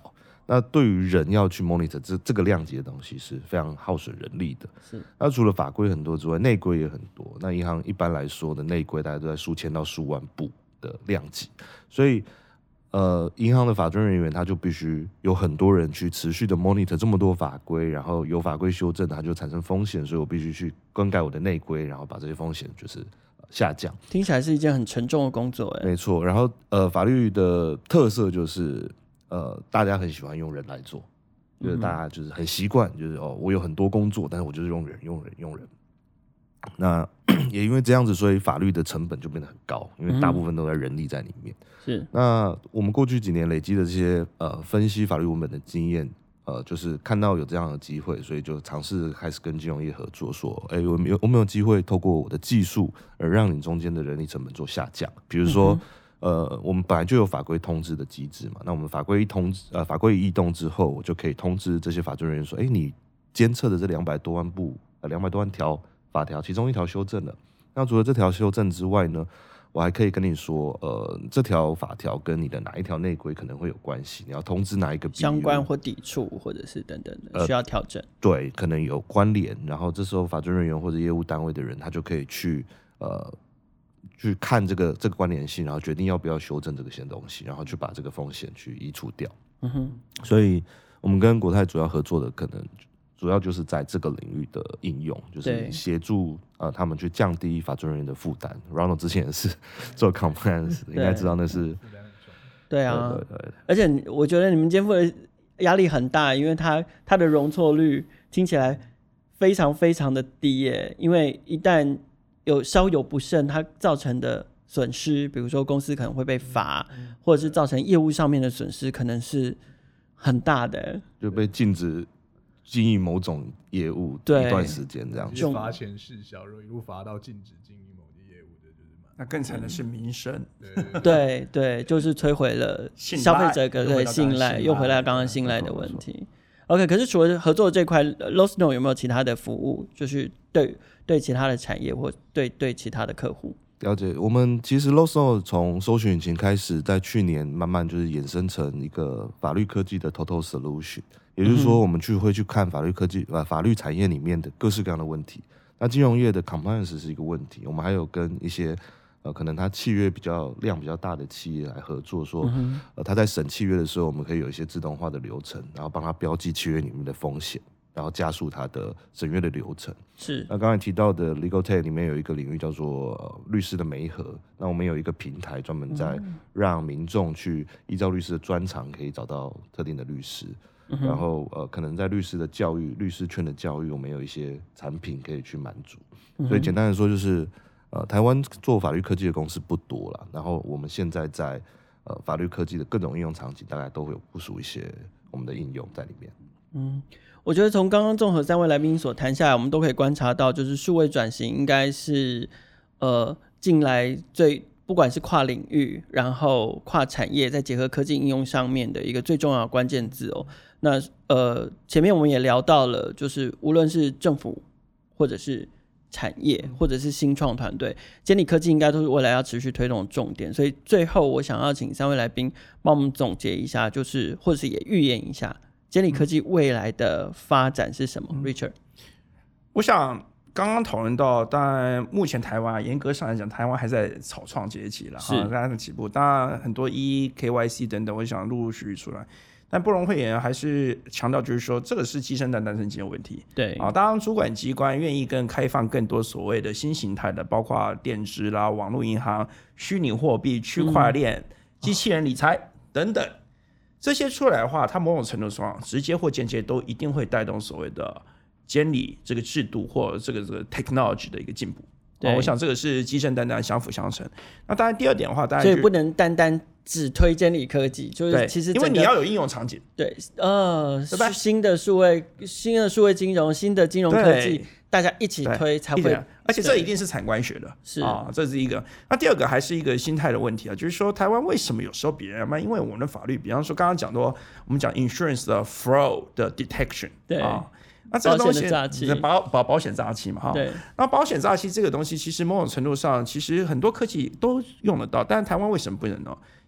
那对于人要去 monitor 这这个量级的东西是非常耗损人力的。 是。 那除了法规很多之外，内规也很多。那银行一般来说的内规大概都在数千到数万部的量级，所以呃，银行的法专人员他就必须有很多人去持续的 monitor 这么多法规，然后有法规修正，它就产生风险，所以我必须去更改我的内规，然后把这些风险就是下降。 听起来是一件很沉重的工作，哎， 没错。然后呃，法律的特色就是呃，大家很喜欢用人来做，就是大家就是很习惯，就是哦，我有很多工作，但是我就是用人、用人、用人。那也因为这样子，所以法律的成本就变得很高，因为大部分都在人力在里面。 是。 那我们过去几年累积的这些呃分析法律文本的经验，呃，就是看到有这样的机会，所以就尝试开始跟金融业合作，说，哎、欸，我们有我们有机会透过我的技术，而让你中间的人力成本做下降。比如说，嗯、呃，我们本来就有法规通知的机制嘛，那我们法规一通知，呃，法规一异动之后，我就可以通知这些法专人员说，哎、欸，你监测的这两百多万部，呃，两百多万条法条，其中一条修正了。那除了这条修正之外呢，我还可以跟你说，呃，这条法条跟你的哪一条内规可能会有关系，你要通知哪一个比喻相关或抵触，或者是等等的、呃、需要调整。 对，可能有关联，然后这时候法专人员或者业务单位的人，他就可以去呃去看这个这个关联性，然后决定要不要修正这个些东西，然后去把这个风险去移除掉。嗯哼，所以我们跟国泰主要合作的可能。主要就是在这个领域的应用，就是协助呃他们去降低法专人员的负担。Ronald 之前也是做 compliance， 应该知道那是对啊， 对对对， 而且我觉得你们肩负的压力很大，因为它它的容错率听起来非常非常的低耶，因为一旦有稍有不慎，它造成的损失，比如说公司可能会被罚，嗯、或者是造成业务上面的损失，可能是很大的， 就被禁止。经营某种业务一段时间，这样子罚钱事小，如果一路罚到禁止经营某些业务的，就是蛮那更惨的是民生。 对 对, 对，就是摧毁了消费者的信赖，又回来刚刚信赖的问题。OK， 可是除了合作这块 ，Losno 有没有其他的服务，就是对对其他的产业或对对其他的客户？ 了解，我们其实 Losno 从搜寻引擎开始，在去年慢慢就是衍生成一个法律科技的 Total Solution。也就是说，我们去会去看法律科技呃法律产业里面的各式各样的问题。那金融业的 compliance 是一个问题，我们还有跟一些呃可能他契约比较量比较大的企业来合作，说、嗯、呃他在审契约的时候，我们可以有一些自动化的流程，然后帮他标记契约里面的风险，然后加速他的审阅的流程。 是。 那刚才提到的 Legal Tech 里面有一个领域叫做、呃、律师的媒合，那我们有一个平台专门在让民众去依照律师的专长可以找到特定的律师。嗯、然后呃，可能在律师的教育、律师圈的教育，我们有一些产品可以去满足。嗯、所以简单的说，就是呃，台湾做法律科技的公司不多啦。然后我们现在在呃法律科技的各种应用场景，大概都会有部署一些我们的应用在里面。 嗯，我觉得从刚刚综合三位来宾所谈下来，我们都可以观察到，就是数位转型应该是呃近来最。不管是跨领域，然后跨产业，再结合科技应用上面的一个最重要的关键字哦。那呃，前面我们也聊到了，就是无论是政府或者是产业，或者是新创团队，监理科技应该都是未来要持续推动的重点。所以最后，我想要请三位来宾帮我们总结一下，就是或者是也预言一下监理科技未来的发展是什么、嗯、？Richard， 我想。刚刚讨论到，当然目前台湾严格上来讲，台湾还在草创阶级了，哈，刚刚起步。当然很多 E K Y C 等等，我想陆陆续续出来。但不容讳言，还是强调就是说，这个是鸡生蛋，蛋生鸡的问题。 对啊，当然主管机关愿意更开放更多所谓的新形态的，包括电子啦、网络银行、虚拟货币、区块链、嗯、机器人理财等等，这些出来的话，它某种程度上直接或间接都一定会带动所谓的。监理这个制度或者这个这个 technology 的一个进步，对、哦，我想这个是鸡生蛋蛋相辅相成。那当然第二点的话，当然所以不能单单只推监理科技，就是其实因为你要有应用场景， 对，呃，对吧？新的数位、新的数位金融、新的金融科技，大家一起推才会， 而且这一定是产官学的， 是啊，这是一个。那第二个还是一个心态的问题啊，就是说台湾为什么有时候比人慢？因为我们的法律，比方说刚刚讲到，我们讲 insurance 的 fraud 的 detection， 对啊。那这个东西保保保险诈欺嘛，哈。 对。 那保险诈欺这个东西，其实某种程度上，其实很多科技都用得到，但是台湾为什么不能呢？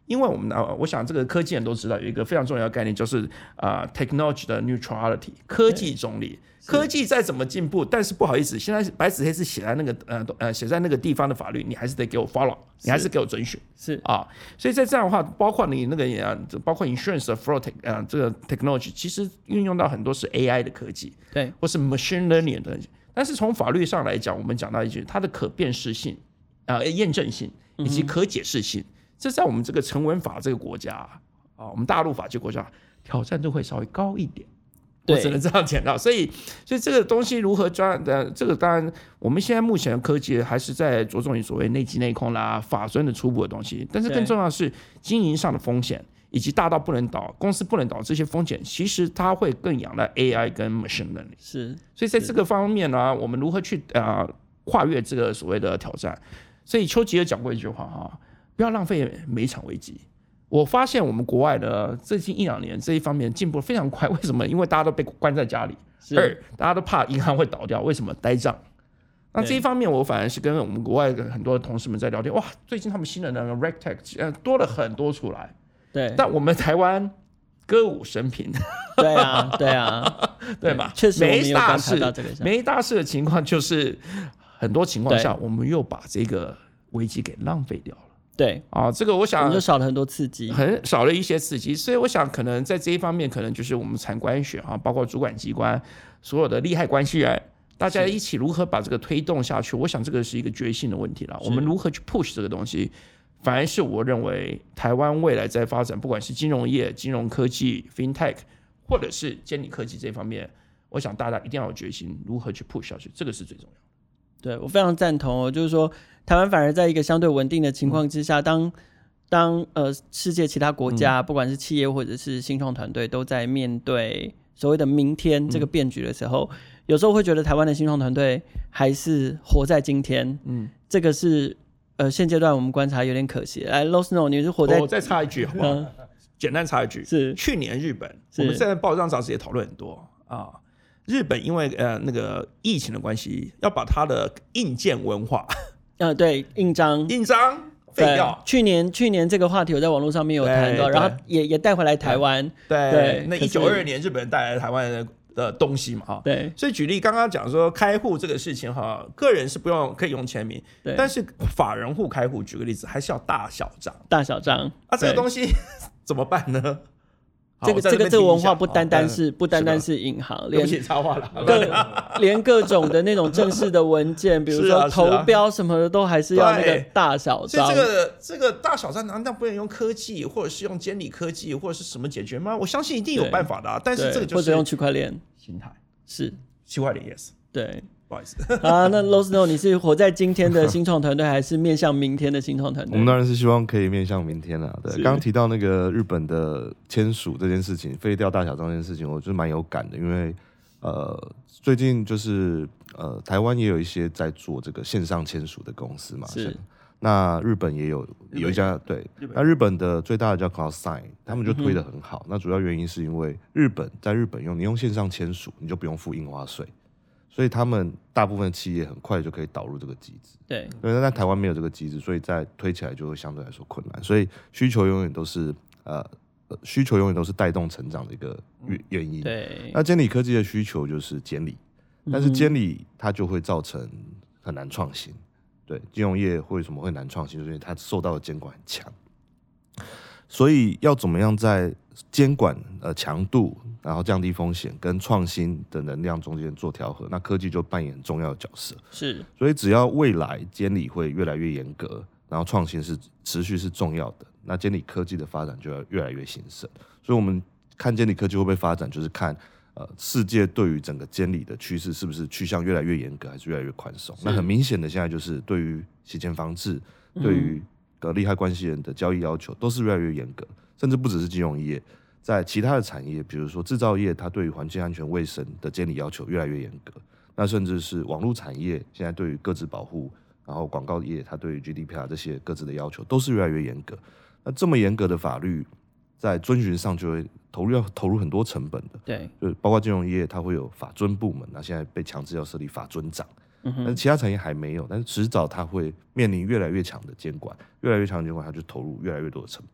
因为我们呃，我想这个科技人都知道有一个非常重要的概念，就是啊、呃、，technology 的 neutrality， 科技中立。科技再怎么进步，但是不好意思，现在白纸黑字写在那个呃呃写在那个地方的法律，你还是得给我 follow， 你还是给我遵循， 是啊。所以在这样的话，包括你那个呃，包括 insurance 的 fraud 呃这个 technology， 其实运用到很多是 A I 的科技， 对， 或是 machine learning 的。但是从法律上来讲，我们讲到一句，它的可辨识性、呃验证性以及可解释性，嗯、这在我们这个成文法这个国家啊，我们大陆法这个国家挑战都会稍微高一点。我只能这样讲到，所以，所以这个东西如何抓？呃，这个当然，我们现在目前的科技还是在着重于所谓内机内控啦、法遵的初步的东西，但是更重要的是经营上的风险，以及大到不能倒、公司不能倒这些风险，其实它会更仰赖 A I 跟 machine learning。 是， 所以在这个方面呢，我们如何去呃跨越这个所谓的挑战？所以丘吉尔讲过一句话哈，不要浪费每一场危机。我发现我们国外的最近一两年这一方面进步非常快，为什么？因为大家都被关在家里，二大家都怕银行会倒掉，为什么？呆账。那这一方面，我反而是跟我们国外的很多同事们在聊天，哇，最近他们新的那个 RegTech 呃多了很多出来， 对， 但我们台湾歌舞升平， 对啊，对啊， 对吧？ 确实没大事， 这个没大事的情况就是很多情况下，我们又把这个危机给浪费掉了。 对啊，这个我想我们就少了很多刺激， 很少了一些刺激，所以我想可能在这一方面，可能就是我们产官学哈，包括主管机关所有的利害关系人，大家一起如何把这个推动下去。我想这个是一个决心的问题了。我们如何去 push 这个东西，反而是我认为台湾未来在发展，不管是金融业、金融科技、fintech， 或者是监理科技这方面，我想大家一定要有决心，如何去 push 下去，这个是最重要的。 对，我非常赞同哦，就是说台湾反而在一个相对稳定的情况之下，当当呃世界其他国家、嗯、不管是企业或者是新创团队都在面对所谓的明天这个变局的时候、嗯、有时候会觉得台湾的新创团队还是活在今天，嗯，这个是呃现阶段我们观察有点可惜。来 Losno 你是活在， 我再插一句好不好、嗯、简单插一句，是去年日本我们在报章杂志也讨论很多啊，日本因为呃那个疫情的关系，要把它的印鉴文化， 呃对，印章， 印章废掉。 去年去年这个话题我在网络上面有谈到，然后也也带回来台湾。 对，对那一九二二年日本人带来台湾的的东西嘛，哈。对。所以举例刚刚讲说开户这个事情哈，个人是不用可以用签名，但是法人户开户，举个例子还是要大小章。 大小章。 啊，这个东西怎么办呢？ 这个这个这个文化不单单是不单单是银行，连插话了， 各连各种的那种正式的文件，比如说投标什么的，都还是要那个大小章。 所以这个这个大小章难道不能用科技，或者是用监理科技，或者是什么解决吗？我相信一定有办法的、啊。但是这个就是或者用区块链心态， 是区块链 yes， 对。 不好意思啊，那 Losno 你是活在今天的新创团队，还是面向明天的新创团队？ 我们当然是希望可以面向明天啦。对，刚刚提到那个日本的签署这件事情，废掉大小章这件事情，我就蛮有感的，因为呃，最近就是呃，台湾也有一些在做这个线上签署的公司嘛，是。那日本也有有一家对，那日本的最大的叫 CloudSign， 他们就推得很好、嗯。那主要原因是因为日本在日本用你用线上签署，你就不用付印花税。所以他们大部分企业很快就可以导入这个机制，对，但在台湾没有这个机制，所以在推起来就会相对来说困难。所以需求永远都是呃，需求永远都是带动成长的一个原因。对，那监理科技的需求就是监理，但是监理它就会造成很难创新。对，金融业为什么会难创新？就是因为它受到的监管很强。所以要怎么样在监管呃强度，然后降低风险跟创新的能量中间做调和，那科技就扮演很重要的角色。是，所以只要未来监理会越来越严格，然后创新是持续是重要的，那监理科技的发展就要越来越兴盛。所以我们看监理科技会不会发展，就是看呃世界对于整个监理的趋势是不是趋向越来越严格，还是越来越宽松。那很明显的，现在就是对于洗钱防治，对于呃利害关系人的交易要求都是越来越严格，甚至不只是金融业，在其他的产业，比如说制造业，它对于环境安全卫生的监理要求越来越严格。那甚至是网络产业，现在对于个资保护，然后广告业，它对于 G D P R 这些各自的要求都是越来越严格。那这么严格的法律，在遵循上就会投入要投入很多成本的。对，就包括金融业，它会有法遵部门，那现在被强制要设立法遵长。嗯、但是其他产业还没有，但是迟早它会面临越来越强的监管，越来越强的监管，它就投入越来越多的成本。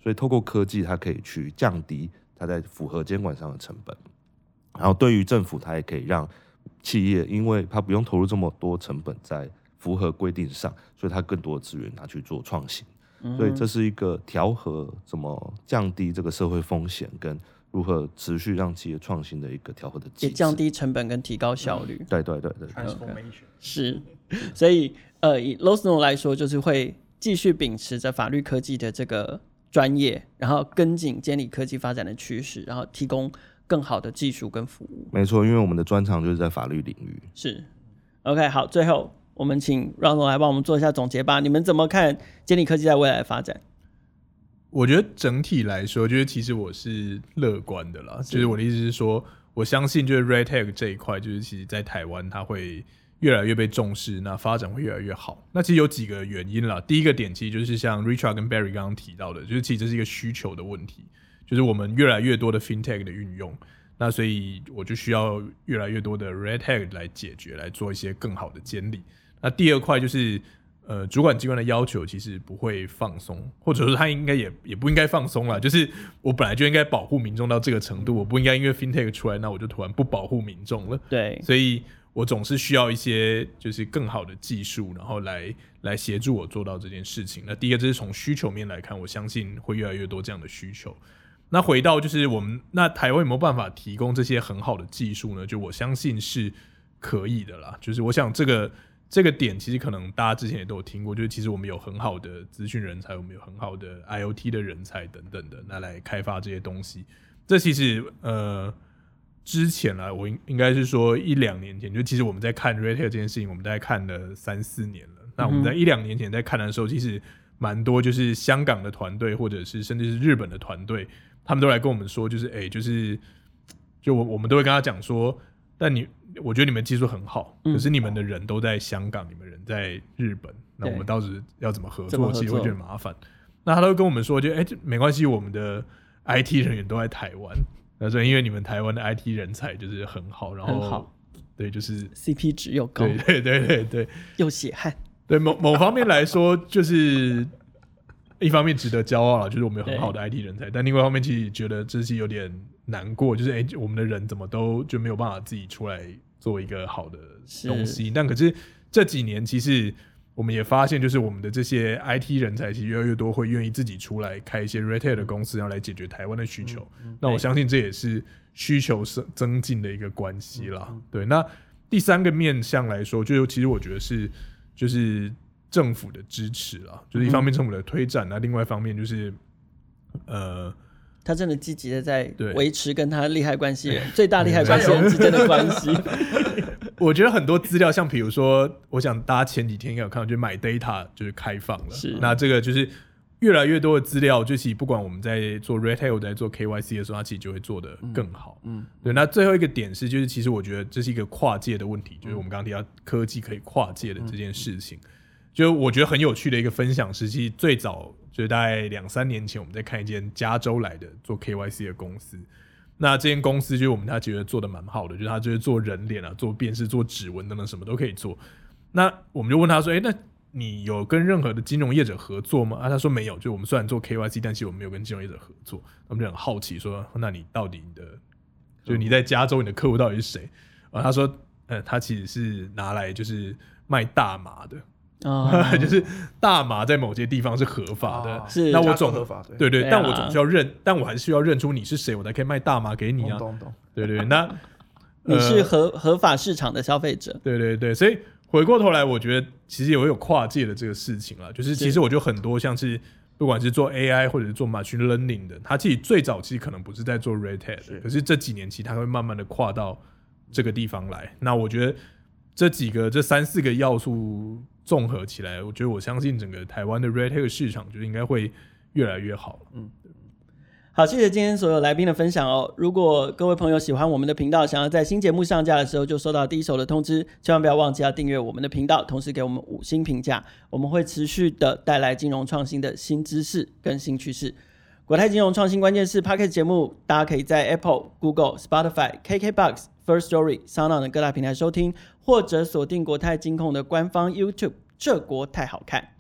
所以透过科技，它可以去降低它在符合监管上的成本。然后对于政府，它也可以让企业，因为它不用投入这么多成本在符合规定上，所以它更多的资源拿去做创新。嗯、所以这是一个调和怎么降低这个社会风险跟如何持续让企业创新的一个调和的机制， 也降低成本跟提高效率。 嗯、对对对对 ，transformation 是，所以呃，以 Losno 来说，就是会继续秉持着法律科技的这个专业，然后跟紧监理科技发展的趋势，然后提供更好的技术跟服务。 没错，因为我们的专长就是在法律领域。 是 ，OK， 好，最后我们请 Ronald 来帮我们做一下总结吧。你们怎么看监理科技在未来的发展？ 我觉得整体来说，就是其实我是乐观的啦。就是我的意思是说，我相信就是 RegTech 这一块，就是其实在台湾它会越来越被重视，那发展会越来越好。那其实有几个原因啦。第一个点其实就是像 Richard 跟 Barry 刚刚提到的，就是其实这是一个需求的问题，就是我们越来越多的 FinTech 的运用，那所以我就需要越来越多的 RegTech 来解决，来做一些更好的监理。那第二块就是呃，主管机关的要求其实不会放松，或者说他应该也也不应该放松啦。就是我本来就应该保护民众到这个程度，我不应该因为 FinTech 出来，那我就突然不保护民众了。 对， 所以我总是需要一些就是更好的技术，然后来来协助我做到这件事情。那第一个，这是从需求面来看，我相信会越来越多这样的需求。那回到就是我们那台湾有没有办法提供这些很好的技术呢？就我相信是可以的啦。就是我想这个。这个点其实可能大家之前也都有听过，就是其实我们有很好的资讯人才，我们有很好的 I O T 的人才等等的，那来开发这些东西。这其实呃之前啦，我应应该是说一两年前，就其实我们在看 RegTech 这件事情，我们大概看了三四年了。那我们在一两年前在看的时候，其实蛮多就是香港的团队，或者是甚至是日本的团队，他们都来跟我们说，就是哎、欸，就是就我我们都会跟他讲说，但你。我觉得你们技术很好，可是你们的人都在香港，嗯、你们人在日本，那我们到时要怎么合作，合作其实会觉得麻烦。那他都跟我们说，就哎、欸，没关系，我们的 I T 人员都在台湾，那所以因为你们台湾的 I T 人才就是很好，然后很好， 对，就是 C P 值又高， 对对对对对， 又血汗， 对某某方面来说，就是一方面值得骄傲了，就是我们有很好的 I T 人才，但另外一方面其实觉得这是有点难过，就是哎、欸，我们的人怎么都就没有办法自己出来做一个好的东西。但可是这几年其实我们也发现，就是我们的这些 I T 人才其实越来越多会愿意自己出来开一些 RegTech 的公司，然后来解决台湾的需求、嗯嗯、那我相信这也是需求增进的一个关系啦、嗯嗯、对。那第三个面向来说，就其实我觉得是就是政府的支持啦，就是一方面政府的推展，那、嗯、另外一方面就是呃他真的积极的在维持跟他利害关系人最大利害关系人之间的关系。 我觉得很多资料，像比如说，我想大家前几天应该有看到，就是 MyData 就是开放了， 是那这个就是越来越多的资料，就其实不管我们在做 RegTech 在做 K Y C 的时候，它其实就会做得更好。嗯，嗯对。那最后一个点是，就是其实我觉得这是一个跨界的问题，就是我们刚刚提到科技可以跨界的这件事情。嗯嗯就我觉得很有趣的一个分享是，其实最早就是大概两三年前，我们在看一间加州来的做 K Y C 的公司。那这间公司就是我们他觉得做的蛮好的，就是他就是做人脸啊、做辨识、做指纹等等，什么都可以做。那我们就问他说：“哎、欸，那你有跟任何的金融业者合作吗？”啊，他说没有，就我们虽然做 K Y C， 但其实我们没有跟金融业者合作。我们就很好奇说：“那你到底你的，就是你在加州你的客户到底是谁？”啊，他说：“呃，他其实是拿来就是卖大麻的。”哦、就是大麻在某些地方是合法的， 哦、是那我总合法， 对 对, 对、啊，但我总是要认，但我还是需要认出你是谁，我才可以卖大麻给你啊。 懂懂， 对对，那你是合、呃、合法市场的消费者， 对对对，所以回过头来，我觉得其实也会有跨界的这个事情啦。就是其实我觉得很多像是不管是做 A I 或者是做 machine learning 的，它其实最早其实可能不是在做 RegTech 的，可是这几年其实它会慢慢的跨到这个地方来。那我觉得这几个这三四个要素综合起来，我觉得我相信整个台湾的 RegTech 市场就应该会越来越好。嗯， 好，谢谢今天所有来宾的分享哦。如果各位朋友喜欢我们的频道，想要在新节目上架的时候就收到第一手的通知，千万不要忘记要订阅我们的频道，同时给我们五星评价。我们会持续的带来金融创新的新知识跟新趋势。国泰金融创新关键势 Podcast 节目，大家可以在 Apple、Google、Spotify、K K B O X、Firstory、SoundOn 等各大平台收听，或者锁定国泰金控的官方 YouTube 这国泰好看。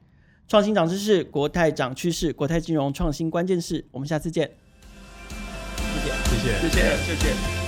创新涨知识，国泰涨趋势，国泰金融创新关键势。我们下次见，谢谢， 谢谢， 谢谢，谢谢。